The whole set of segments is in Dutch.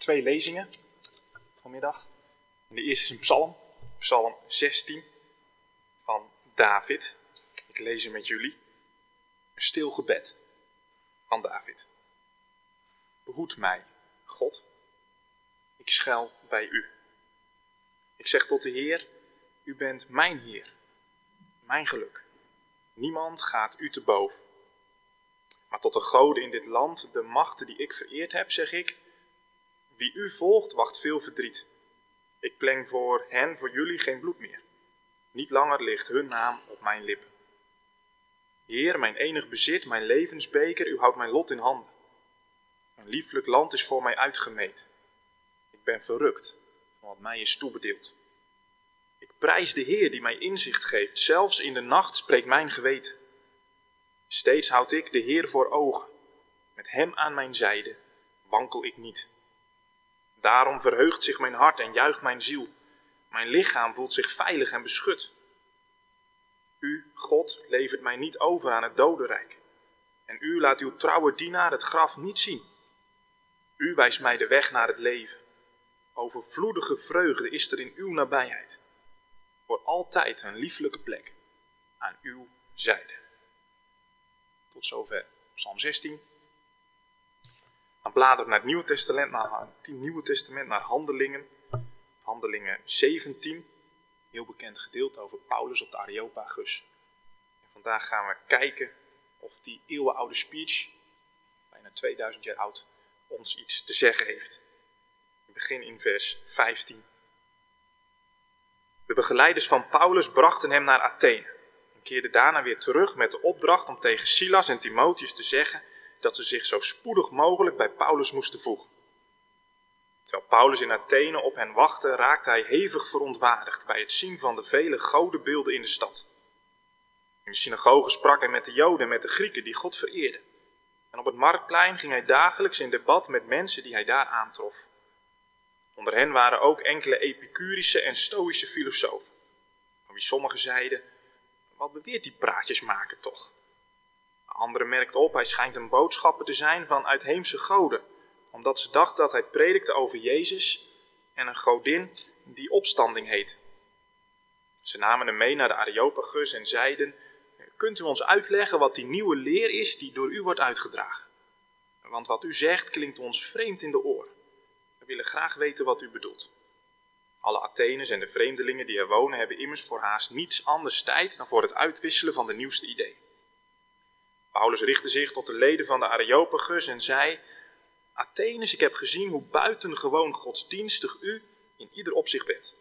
2 lezingen vanmiddag. En de eerste is een psalm, psalm 16 van David. Ik lees hem met jullie. Een stil gebed van David. Behoed mij, God. Ik schuil bij u. Ik zeg tot de Heer, u bent mijn Heer, mijn geluk. Niemand gaat u te boven. Maar tot de goden in dit land, de machten die ik vereerd heb, zeg ik, wie u volgt, wacht veel verdriet. Ik pleng voor hen, voor jullie, geen bloed meer. Niet langer ligt hun naam op mijn lippen. Heer, mijn enig bezit, mijn levensbeker, u houdt mijn lot in handen. Een lieflijk land is voor mij uitgemeten. Ik ben verrukt van wat mij is toebedeeld. Ik prijs de Heer die mij inzicht geeft, zelfs in de nacht spreekt mijn geweten. Steeds houd ik de Heer voor ogen, met hem aan mijn zijde wankel ik niet. Daarom verheugt zich mijn hart en juicht mijn ziel. Mijn lichaam voelt zich veilig en beschut. U, God, levert mij niet over aan het dodenrijk. En u laat uw trouwe dienaar het graf niet zien. U wijst mij de weg naar het leven. Overvloedige vreugde is er in uw nabijheid. Voor altijd een lieflijke plek aan uw zijde. Tot zover Psalm 16. Dan bladeren we naar het Nieuwe Testament, naar Handelingen. Handelingen 17. Heel bekend gedeelte over Paulus op de Areopagus. En vandaag gaan we kijken of die eeuwenoude speech, bijna 2000 jaar oud, ons iets te zeggen heeft. We beginnen in vers 15. De begeleiders van Paulus brachten hem naar Athene en keerden daarna weer terug met de opdracht om tegen Silas en Timotheus te zeggen dat ze zich zo spoedig mogelijk bij Paulus moesten voegen. Terwijl Paulus in Athene op hen wachtte, raakte hij hevig verontwaardigd bij het zien van de vele godenbeelden in de stad. In de synagoge sprak hij met de Joden en met de Grieken die God vereerden. En op het marktplein ging hij dagelijks in debat met mensen die hij daar aantrof. Onder hen waren ook enkele Epicurische en Stoïsche filosofen, van wie sommigen zeiden, wat beweert die praatjesmaker toch? Anderen merkten op, hij schijnt een boodschapper te zijn van uitheemse goden, omdat ze dachten dat hij predikte over Jezus en een godin die opstanding heet. Ze namen hem mee naar de Areopagus en zeiden, kunt u ons uitleggen wat die nieuwe leer is die door u wordt uitgedragen? Want wat u zegt klinkt ons vreemd in de oren. We willen graag weten wat u bedoelt. Alle Atheners en de vreemdelingen die er wonen hebben immers voor haast niets anders tijd dan voor het uitwisselen van de nieuwste ideeën. Paulus richtte zich tot de leden van de Areopagus en zei, Atheners, ik heb gezien hoe buitengewoon godsdienstig u in ieder opzicht bent.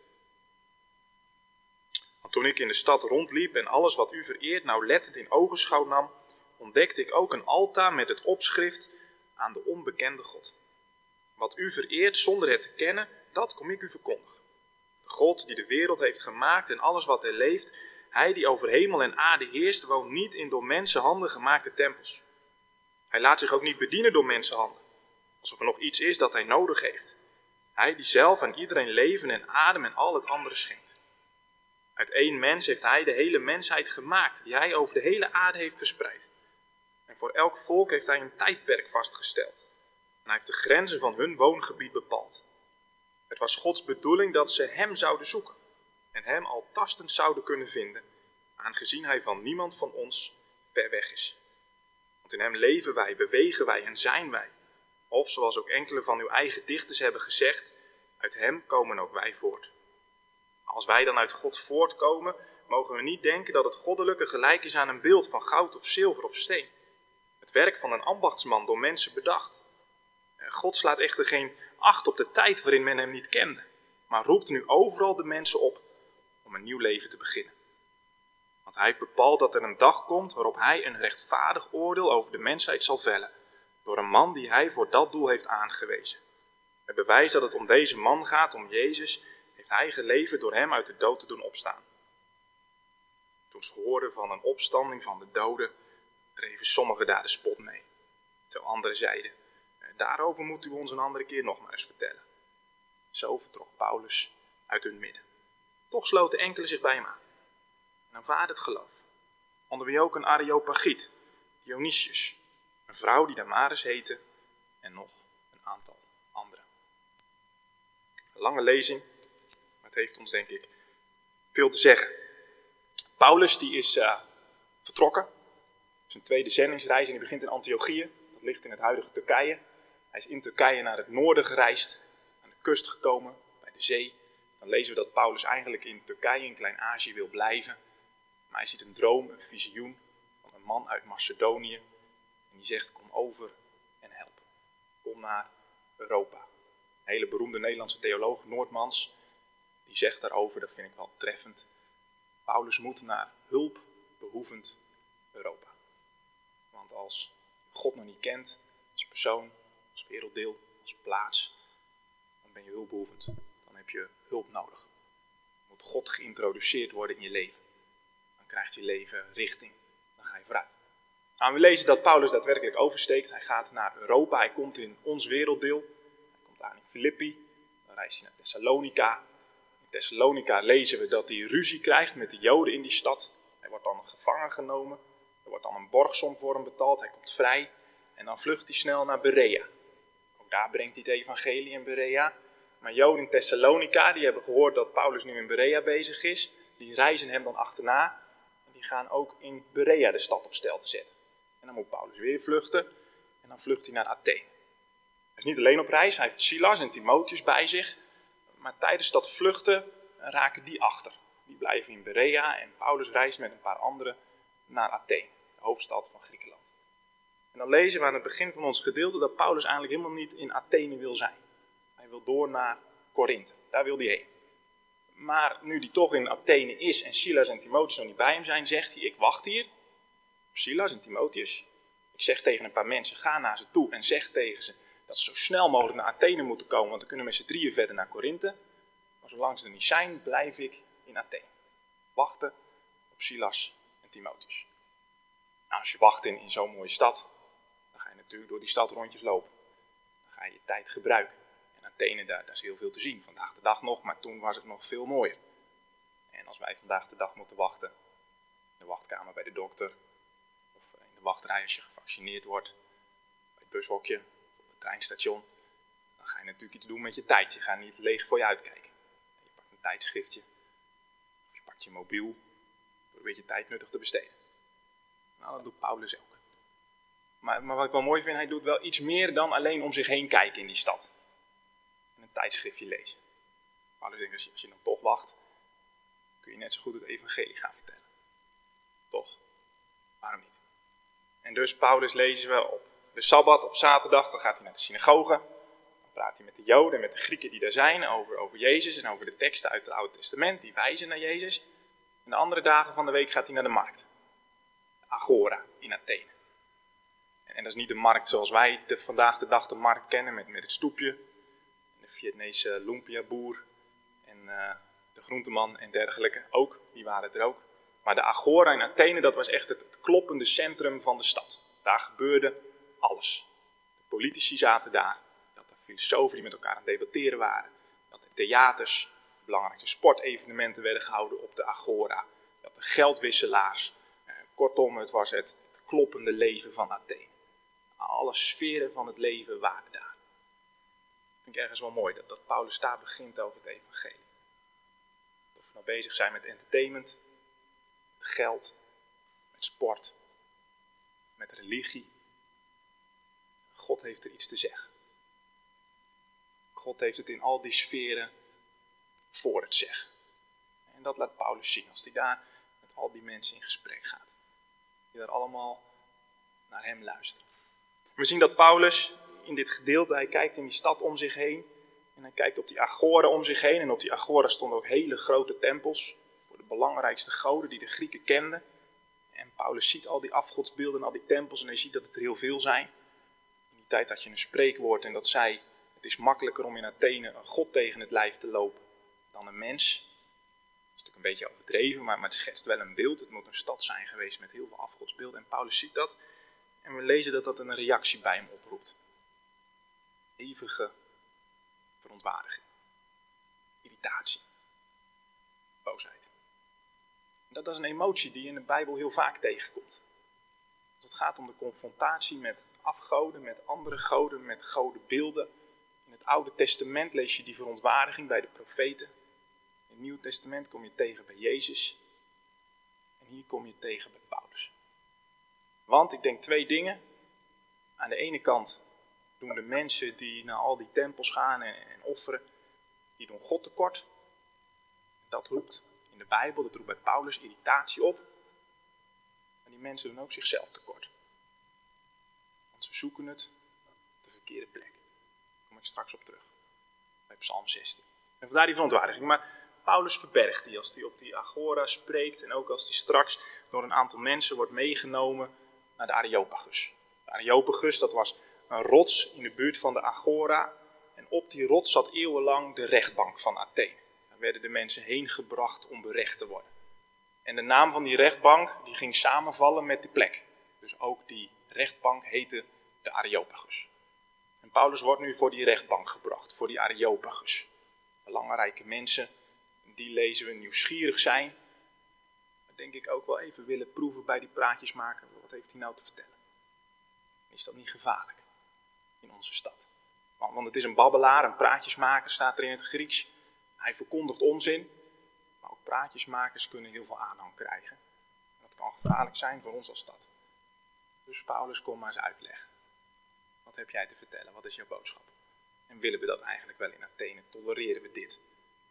Want toen ik in de stad rondliep en alles wat u vereert nauwlettend in ogenschouw nam, ontdekte ik ook een altaar met het opschrift aan de onbekende God. Wat u vereert zonder het te kennen, dat kom ik u verkondigen. De God die de wereld heeft gemaakt en alles wat er leeft, hij die over hemel en aarde heerst, woont niet in door mensenhanden gemaakte tempels. Hij laat zich ook niet bedienen door mensenhanden, alsof er nog iets is dat hij nodig heeft. Hij die zelf aan iedereen leven en adem en al het andere schenkt. Uit één mens heeft hij de hele mensheid gemaakt, die hij over de hele aarde heeft verspreid. En voor elk volk heeft hij een tijdperk vastgesteld. En hij heeft de grenzen van hun woongebied bepaald. Het was Gods bedoeling dat ze hem zouden zoeken en hem al tastend zouden kunnen vinden, aangezien hij van niemand van ons ver weg is. Want in hem leven wij, bewegen wij en zijn wij. Of zoals ook enkele van uw eigen dichters hebben gezegd, uit hem komen ook wij voort. Als wij dan uit God voortkomen, mogen we niet denken dat het goddelijke gelijk is aan een beeld van goud of zilver of steen. Het werk van een ambachtsman door mensen bedacht. God slaat echter geen acht op de tijd waarin men hem niet kende, maar roept nu overal de mensen op om een nieuw leven te beginnen. Want hij heeft bepaald dat er een dag komt waarop hij een rechtvaardig oordeel over de mensheid zal vellen, door een man die hij voor dat doel heeft aangewezen. Het bewijs dat het om deze man gaat, om Jezus, heeft hij geleverd door hem uit de dood te doen opstaan. Toen ze hoorden van een opstanding van de doden, dreven sommigen daar de spot mee. Terwijl anderen zeiden, daarover moet u ons een andere keer nog maar eens vertellen. Zo vertrok Paulus uit hun midden. Toch sloten enkelen zich bij hem aan en aanvaardden het geloof. Onder wie ook een Areopagiet, Dionysius, een vrouw die Damaris heette en nog een aantal anderen. Een lange lezing, maar het heeft ons denk ik veel te zeggen. Paulus die is vertrokken. Zijn tweede zendingsreis en die begint in Antiochië. Dat ligt in het huidige Turkije. Hij is in Turkije naar het noorden gereisd, aan de kust gekomen, bij de zee. Dan lezen we dat Paulus eigenlijk in Turkije, in Klein-Azië, wil blijven. Maar hij ziet een droom, een visioen van een man uit Macedonië. En die zegt, kom over en help. Kom naar Europa. Een hele beroemde Nederlandse theoloog, Noordmans, die zegt daarover, dat vind ik wel treffend. Paulus moet naar hulpbehoevend Europa. Want als je God nog niet kent, als persoon, als werelddeel, als plaats, dan ben je hulpbehoevend. Dan heb je hulp nodig. Moet God geïntroduceerd worden in je leven. Dan krijgt je leven richting. Dan ga je vooruit. Nou, we lezen dat Paulus daadwerkelijk oversteekt. Hij gaat naar Europa. Hij komt in ons werelddeel. Hij komt aan in Filippi. Dan reist hij naar Thessalonica. In Thessalonica lezen we dat hij ruzie krijgt met de Joden in die stad. Hij wordt dan gevangen genomen. Er wordt dan een borgsom voor hem betaald. Hij komt vrij. En dan vlucht hij snel naar Berea. Ook daar brengt hij het evangelie in Berea. Maar Joden in Thessalonica, die hebben gehoord dat Paulus nu in Berea bezig is. Die reizen hem dan achterna. En die gaan ook in Berea de stad op stelte zetten. En dan moet Paulus weer vluchten. En dan vlucht hij naar Athene. Hij is niet alleen op reis. Hij heeft Silas en Timotheus bij zich. Maar tijdens dat vluchten raken die achter. Die blijven in Berea. En Paulus reist met een paar anderen naar Athene, de hoofdstad van Griekenland. En dan lezen we aan het begin van ons gedeelte dat Paulus eigenlijk helemaal niet in Athene wil zijn. Hij wil door naar Korinthe, daar wil hij heen. Maar nu hij toch in Athene is en Silas en Timotheus nog niet bij hem zijn, zegt hij, ik wacht hier op Silas en Timotheus. Ik zeg tegen een paar mensen, ga naar ze toe en zeg tegen ze dat ze zo snel mogelijk naar Athene moeten komen, want dan kunnen we met z'n drieën verder naar Korinthe. Maar zolang ze er niet zijn, blijf ik in Athene. Wachten op Silas en Timotheus. Nou, als je wacht in zo'n mooie stad, dan ga je natuurlijk door die stad rondjes lopen. Dan ga je je tijd gebruiken. En Athene, daar is heel veel te zien. Vandaag de dag nog, maar toen was het nog veel mooier. En als wij vandaag de dag moeten wachten, in de wachtkamer bij de dokter, of in de wachtrij als je gevaccineerd wordt, bij het bushokje, op het treinstation, dan ga je natuurlijk iets doen met je tijd. Je gaat niet leeg voor je uitkijken. Je pakt een tijdschriftje, of je pakt je mobiel, probeer je tijd nuttig te besteden. Nou, dat doet Paulus ook. Maar wat ik wel mooi vind, hij doet wel iets meer dan alleen om zich heen kijken in die stad. En een tijdschriftje lezen. Paulus denkt, als je dan toch wacht, kun je net zo goed het evangelie gaan vertellen. Toch? Waarom niet? En dus Paulus lezen we op de Sabbat, op zaterdag, dan gaat hij naar de synagoge. Dan praat hij met de Joden en met de Grieken die daar zijn over Jezus en over de teksten uit het Oude Testament, die wijzen naar Jezus. En de andere dagen van de week gaat hij naar de markt. Agora in Athene. En dat is niet de markt zoals wij vandaag de dag de markt kennen met het stoepje. En de Vietnamese lumpia-boer en de groenteman en dergelijke. Ook, die waren er ook. Maar de Agora in Athene, dat was echt het kloppende centrum van de stad. Daar gebeurde alles. De politici zaten daar. Dat er filosofen die met elkaar aan het debatteren waren. Dat er theaters, belangrijkste sportevenementen werden gehouden op de Agora. Dat er geldwisselaars. Kortom, het was het kloppende leven van Athene. Alle sferen van het leven waren daar. Dat vind ik ergens wel mooi, dat Paulus daar begint over het evangelie. Of we nou bezig zijn met entertainment, met geld, met sport, met religie. God heeft er iets te zeggen. God heeft het in al die sferen voor het zeggen. En dat laat Paulus zien als hij daar met al die mensen in gesprek gaat. Die daar allemaal naar hem luisteren. We zien dat Paulus in dit gedeelte, hij kijkt in die stad om zich heen. En hij kijkt op die agora om zich heen. En op die agora stonden ook hele grote tempels. Voor de belangrijkste goden die de Grieken kenden. En Paulus ziet al die afgodsbeelden en al die tempels. En hij ziet dat het er heel veel zijn. In die tijd had je een spreekwoord en dat zei: het is makkelijker om in Athene een god tegen het lijf te lopen dan een mens. Dat is natuurlijk een beetje overdreven, maar het schetst wel een beeld. Het moet een stad zijn geweest met heel veel afgodsbeelden. En Paulus ziet dat. En we lezen dat dat een reactie bij hem oproept. Hevige verontwaardiging. Irritatie. Boosheid. Dat is een emotie die je in de Bijbel heel vaak tegenkomt. Als het gaat om de confrontatie met afgoden, met andere goden, met godenbeelden. In het Oude Testament lees je die verontwaardiging bij de profeten. In het Nieuwe Testament kom je tegen bij Jezus. En hier kom je tegen bij Paulus. Want ik denk 2 dingen. Aan de ene kant doen de mensen die naar al die tempels gaan en offeren, die doen God tekort. Dat roept in de Bijbel, dat roept bij Paulus irritatie op. Maar die mensen doen ook zichzelf tekort. Want ze zoeken het op de verkeerde plek. Daar kom ik straks op terug. Bij Psalm 16. En vandaar die verontwaardiging. Maar Paulus verbergt die als hij op die agora spreekt. En ook als hij straks door een aantal mensen wordt meegenomen naar de Areopagus. De Areopagus, dat was een rots in de buurt van de agora. En op die rots zat eeuwenlang de rechtbank van Athene. Daar werden de mensen heen gebracht om berecht te worden. En de naam van die rechtbank die ging samenvallen met die plek. Dus ook die rechtbank heette de Areopagus. En Paulus wordt nu voor die rechtbank gebracht, voor die Areopagus. Belangrijke mensen, die lezen we nieuwsgierig zijn. Maar denk ik ook wel even willen proeven bij die praatjesmaker. Wat heeft hij nou te vertellen? Is dat niet gevaarlijk in onze stad? Want het is een babbelaar, een praatjesmaker staat er in het Grieks. Hij verkondigt onzin. Maar ook praatjesmakers kunnen heel veel aanhang krijgen. En dat kan gevaarlijk zijn voor ons als stad. Dus Paulus, kom maar eens uitleggen. Wat heb jij te vertellen? Wat is jouw boodschap? En willen we dat eigenlijk wel in Athene? Tolereren we dit?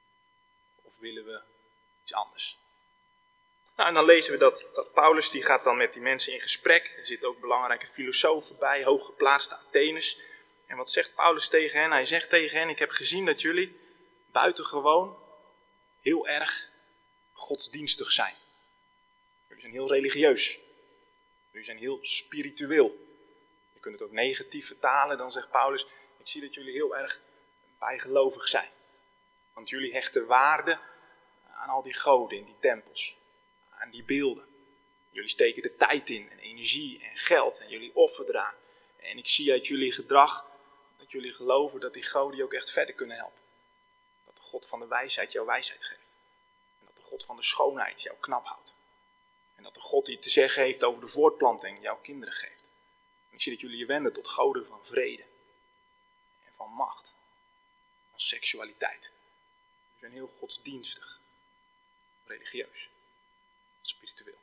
Of willen we iets anders? Nou, en dan lezen we dat Paulus die gaat dan met die mensen in gesprek. Er zitten ook belangrijke filosofen bij, hooggeplaatste Atheners. En wat zegt Paulus tegen hen? Hij zegt tegen hen, ik heb gezien dat jullie buitengewoon heel erg godsdienstig zijn. Jullie zijn heel religieus. Jullie zijn heel spiritueel. Je kunt het ook negatief vertalen, dan zegt Paulus, ik zie dat jullie heel erg bijgelovig zijn. Want jullie hechten waarde aan al die goden in die tempels, aan die beelden. Jullie steken de tijd in en energie en geld en jullie offeren eraan. En ik zie uit jullie gedrag dat jullie geloven dat die goden je ook echt verder kunnen helpen. Dat de God van de wijsheid jouw wijsheid geeft. En dat de God van de schoonheid jou knap houdt. En dat de God die te zeggen heeft over de voortplanting jouw kinderen geeft. En ik zie dat jullie je wenden tot goden van vrede. En van macht. Van seksualiteit. Jullie zijn heel godsdienstig. Religieus. Spiritueel.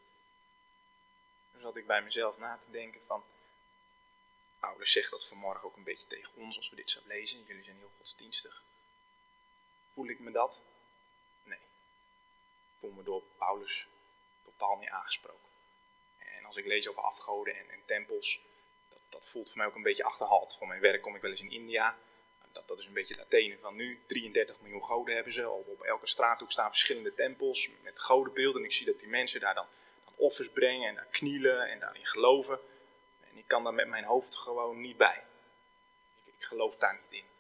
Dus zat ik bij mezelf na te denken van, Paulus zegt dat vanmorgen ook een beetje tegen ons als we dit zo lezen. Jullie zijn heel godsdienstig. Voel ik me dat? Nee. Ik voel me door Paulus totaal niet aangesproken. En als ik lees over afgoden en tempels, dat voelt voor mij ook een beetje achterhaald. Voor mijn werk kom ik wel eens in India. Dat is een beetje het Athene van nu. 33 miljoen goden hebben ze. Op elke straathoek staan verschillende tempels met godenbeelden. En ik zie dat die mensen daar dan offers brengen en daar knielen en daarin geloven. En ik kan daar met mijn hoofd gewoon niet bij. Ik geloof daar niet in.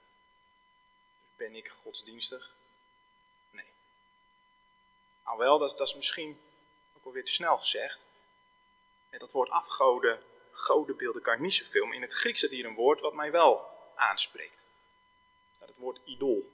Ben ik godsdienstig? Nee. Alhoewel, dat is misschien ook wel weer te snel gezegd. En dat woord afgoden, godenbeelden kan ik niet zoveel. Maar in het Grieks staat hier een woord wat mij wel aanspreekt. Er staat het woord idool.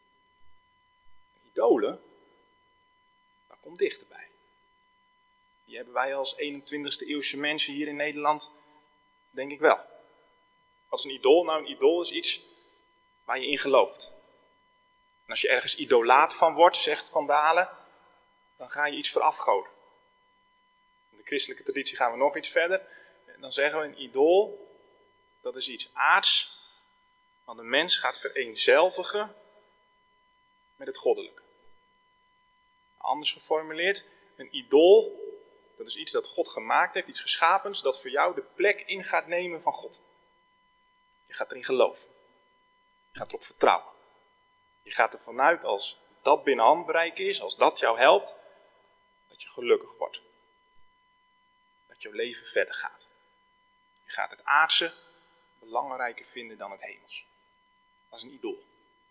Idolen, dat komt dichterbij. Die hebben wij als 21ste eeuwse mensen hier in Nederland, denk ik wel. Wat is een idool? Nou, een idool is iets waar je in gelooft. En als je ergens idolaat van wordt, zegt Van Dalen, dan ga je iets verafgoden. In de christelijke traditie gaan we nog iets verder. En dan zeggen we, een idool, dat is iets aards, want de mens gaat vereenzelvigen met het goddelijke. Anders geformuleerd, een idool, dat is iets dat God gemaakt heeft, iets geschapens, dat voor jou de plek in gaat nemen van God. Je gaat erin geloven. Je gaat erop vertrouwen. Je gaat ervan uit als dat binnen handbereik is, als dat jou helpt, dat je gelukkig wordt. Dat jouw leven verder gaat. Je gaat het aardse belangrijker vinden dan het hemels. Dat is een idool.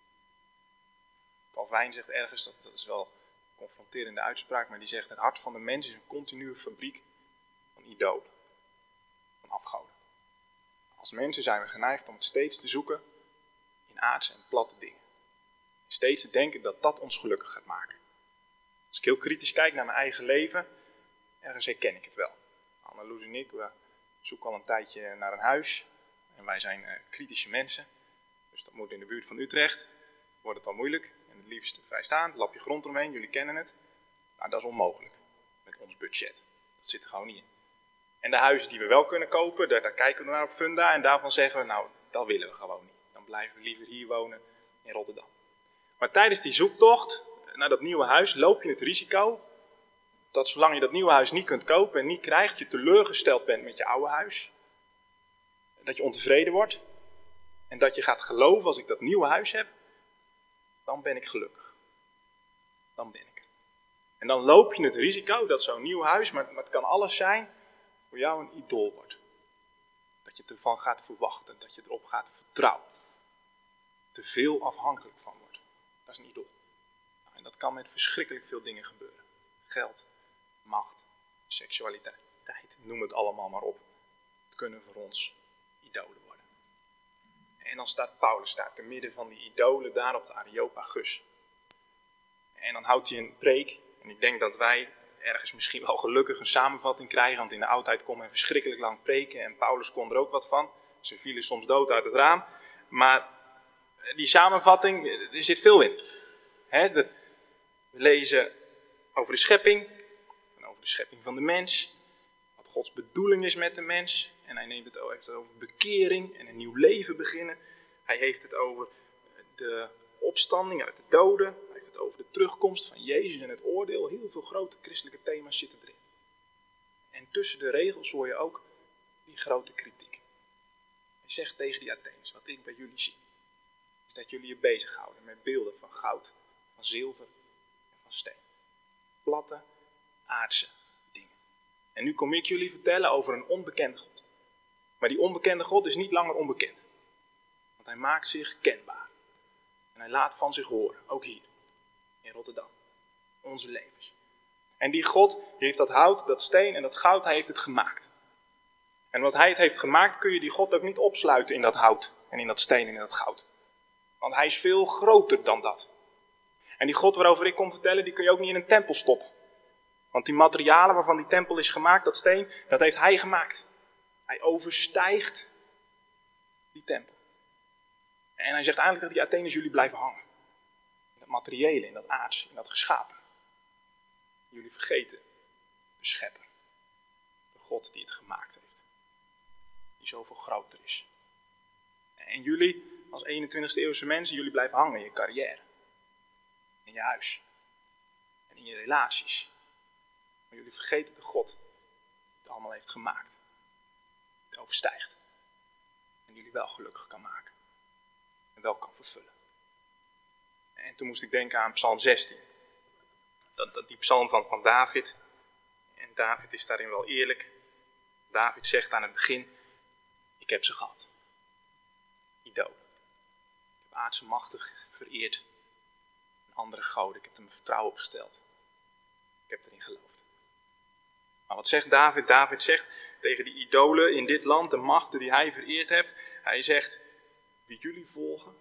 Calvijn zegt ergens, dat is wel een confronterende uitspraak, maar die zegt, het hart van de mens is een continue fabriek van idolen. Van afgoden. Als mensen zijn we geneigd om het steeds te zoeken in aardse en platte dingen. Steeds te denken dat dat ons gelukkig gaat maken. Als ik heel kritisch kijk naar mijn eigen leven, ergens herken ik het wel. Anneloes en ik, we zoeken al een tijdje naar een huis. En wij zijn kritische mensen. Dus dat moet in de buurt van Utrecht. Wordt het dan moeilijk. En het liefst vrijstaand, lapje grond eromheen, jullie kennen het. Nou, dat is onmogelijk met ons budget. Dat zit er gewoon niet in. En de huizen die we wel kunnen kopen, daar kijken we naar op Funda. En daarvan zeggen we, nou, dat willen we gewoon niet. Dan blijven we liever hier wonen in Rotterdam. Maar tijdens die zoektocht naar dat nieuwe huis loop je het risico dat zolang je dat nieuwe huis niet kunt kopen en niet krijgt, je teleurgesteld bent met je oude huis. Dat je ontevreden wordt. En dat je gaat geloven, als ik dat nieuwe huis heb, dan ben ik gelukkig. Dan ben ik er. En dan loop je het risico dat zo'n nieuw huis, maar het kan alles zijn, voor jou een idool wordt. Dat je ervan gaat verwachten, dat je erop gaat vertrouwen. Te veel afhankelijk van wordt. Dat is een idool. Nou, en dat kan met verschrikkelijk veel dingen gebeuren. Geld, macht, seksualiteit, noem het allemaal maar op. Het kunnen voor ons idolen worden. En dan staat Paulus te midden van die idolen daar op de Areopagus. En dan houdt hij een preek. En ik denk dat wij ergens misschien wel gelukkig een samenvatting krijgen. Want in de oudheid kon men verschrikkelijk lang preken. En Paulus kon er ook wat van. Ze vielen soms dood uit het raam. Maar die samenvatting, er zit veel in. We lezen over de schepping. En over de schepping van de mens. Wat Gods bedoeling is met de mens. En hij heeft het over bekering en een nieuw leven beginnen. Hij heeft het over de opstanding uit de doden. Hij heeft het over de terugkomst van Jezus en het oordeel. Heel veel grote christelijke thema's zitten erin. En tussen de regels hoor je ook die grote kritiek. Hij zegt tegen die Atheniërs, wat ik bij jullie zie, is dat jullie je bezighouden met beelden van goud, van zilver en van steen. Platte, aardse dingen. En nu kom ik jullie vertellen over een onbekende God. Maar die onbekende God is niet langer onbekend. Want hij maakt zich kenbaar. En hij laat van zich horen, ook hier, in Rotterdam. Onze levens. En die God, die heeft dat hout, dat steen en dat goud, hij heeft het gemaakt. En wat hij het heeft gemaakt, kun je die God ook niet opsluiten in dat hout en in dat steen en in dat goud. Want hij is veel groter dan dat. En die God waarover ik kom vertellen, die kun je ook niet in een tempel stoppen. Want die materialen waarvan die tempel is gemaakt, dat steen, dat heeft hij gemaakt. Hij overstijgt die tempel. En hij zegt eigenlijk dat die Atheners jullie blijven hangen. In dat materiële, in dat aardse, in dat geschapen. Jullie vergeten de schepper. De God die het gemaakt heeft. Die zoveel groter is. En jullie, als 21e eeuwse mensen, jullie blijven hangen in je carrière. In je huis. En in je relaties. Maar jullie vergeten de God die het allemaal heeft gemaakt. Het overstijgt. En jullie wel gelukkig kan maken. En wel kan vervullen. En toen moest ik denken aan Psalm 16. Die psalm van David. En David is daarin wel eerlijk. David zegt aan het begin, ik heb ze gehad. Idolen. Ik heb aardse machten vereerd. En andere goden. Ik heb er mijn vertrouwen op gesteld. Ik heb erin geloofd. Maar wat zegt David? David zegt tegen die idolen in dit land, de machten die hij vereerd hebt. Hij zegt, wie jullie volgen,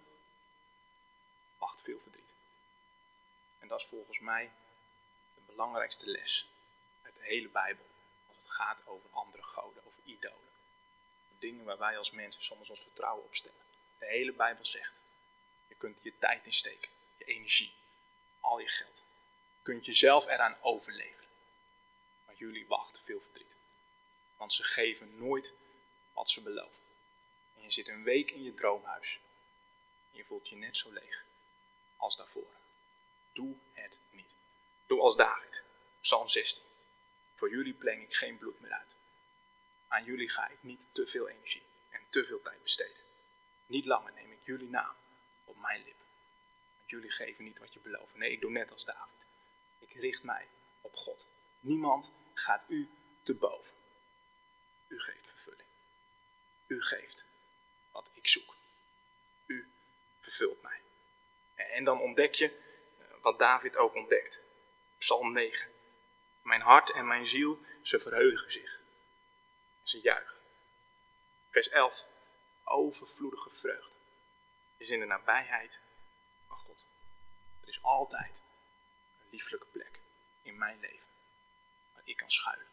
wacht veel verdriet. En dat is volgens mij de belangrijkste les uit de hele Bijbel. Als het gaat over andere goden, over idolen. Dingen waar wij als mensen soms ons vertrouwen op stellen. De hele Bijbel zegt, je kunt je tijd insteken, je energie, al je geld. Je kunt jezelf eraan overleveren. Maar jullie wachten veel verdriet. Want ze geven nooit wat ze beloven. En je zit een week in je droomhuis. En je voelt je net zo leeg als daarvoor. Doe het niet. Doe als David, Psalm 16. Voor jullie pleng ik geen bloed meer uit. Aan jullie ga ik niet te veel energie en te veel tijd besteden. Niet langer neem ik jullie naam op mijn lippen. Want jullie geven niet wat je belooft. Nee, ik doe net als David. Ik richt mij op God. Niemand gaat u te boven. U geeft vervulling. U geeft wat ik zoek. U vervult mij. En dan ontdek je wat David ook ontdekt. Psalm 9. Mijn hart en mijn ziel, ze verheugen zich. Ze juichen. Vers 11. Overvloedige vreugde is in de nabijheid van God. Er is altijd een lieflijke plek in mijn leven waar ik kan schuilen.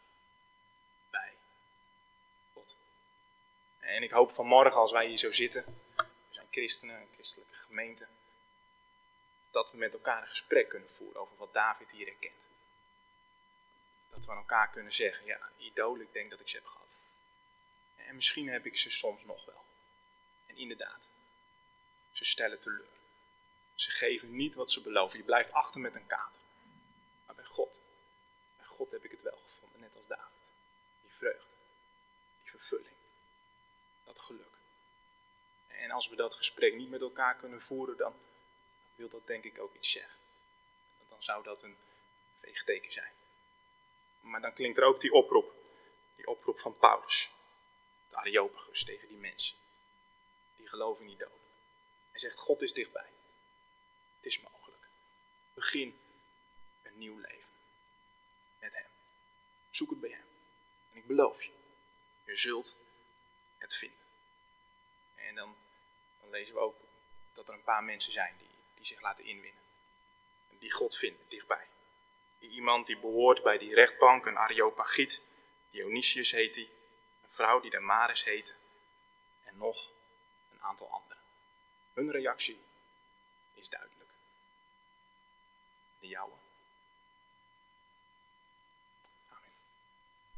Bij God. En ik hoop vanmorgen als wij hier zo zitten, we zijn christenen, een christelijke gemeente, dat we met elkaar een gesprek kunnen voeren over wat David hier herkent. Dat we aan elkaar kunnen zeggen, ja, idolen, ik denk dat ik ze heb gehad. En misschien heb ik ze soms nog wel. En inderdaad, ze stellen teleur. Ze geven niet wat ze beloven. Je blijft achter met een kater. Maar bij God heb ik het wel gevonden, net als David. Die vreugde, die vervulling, dat geluk. En als we dat gesprek niet met elkaar kunnen voeren, dan wil dat denk ik ook iets zeggen. Dan zou dat een veegteken zijn. Maar dan klinkt er ook die oproep van Paulus. De Areopagus tegen die mensen. Die geloven in idolen. Hij zegt, God is dichtbij. Het is mogelijk. Begin een nieuw leven. Met hem. Zoek het bij hem. En ik beloof je, je zult het vinden. En dan lezen we ook dat er een paar mensen zijn die zich laten inwinnen. Die God vinden, dichtbij. Iemand die behoort bij die rechtbank, een Areopagiet, Dionysius heet die, een vrouw die Damaris heette, en nog een aantal anderen. Hun reactie is duidelijk. De jouwe.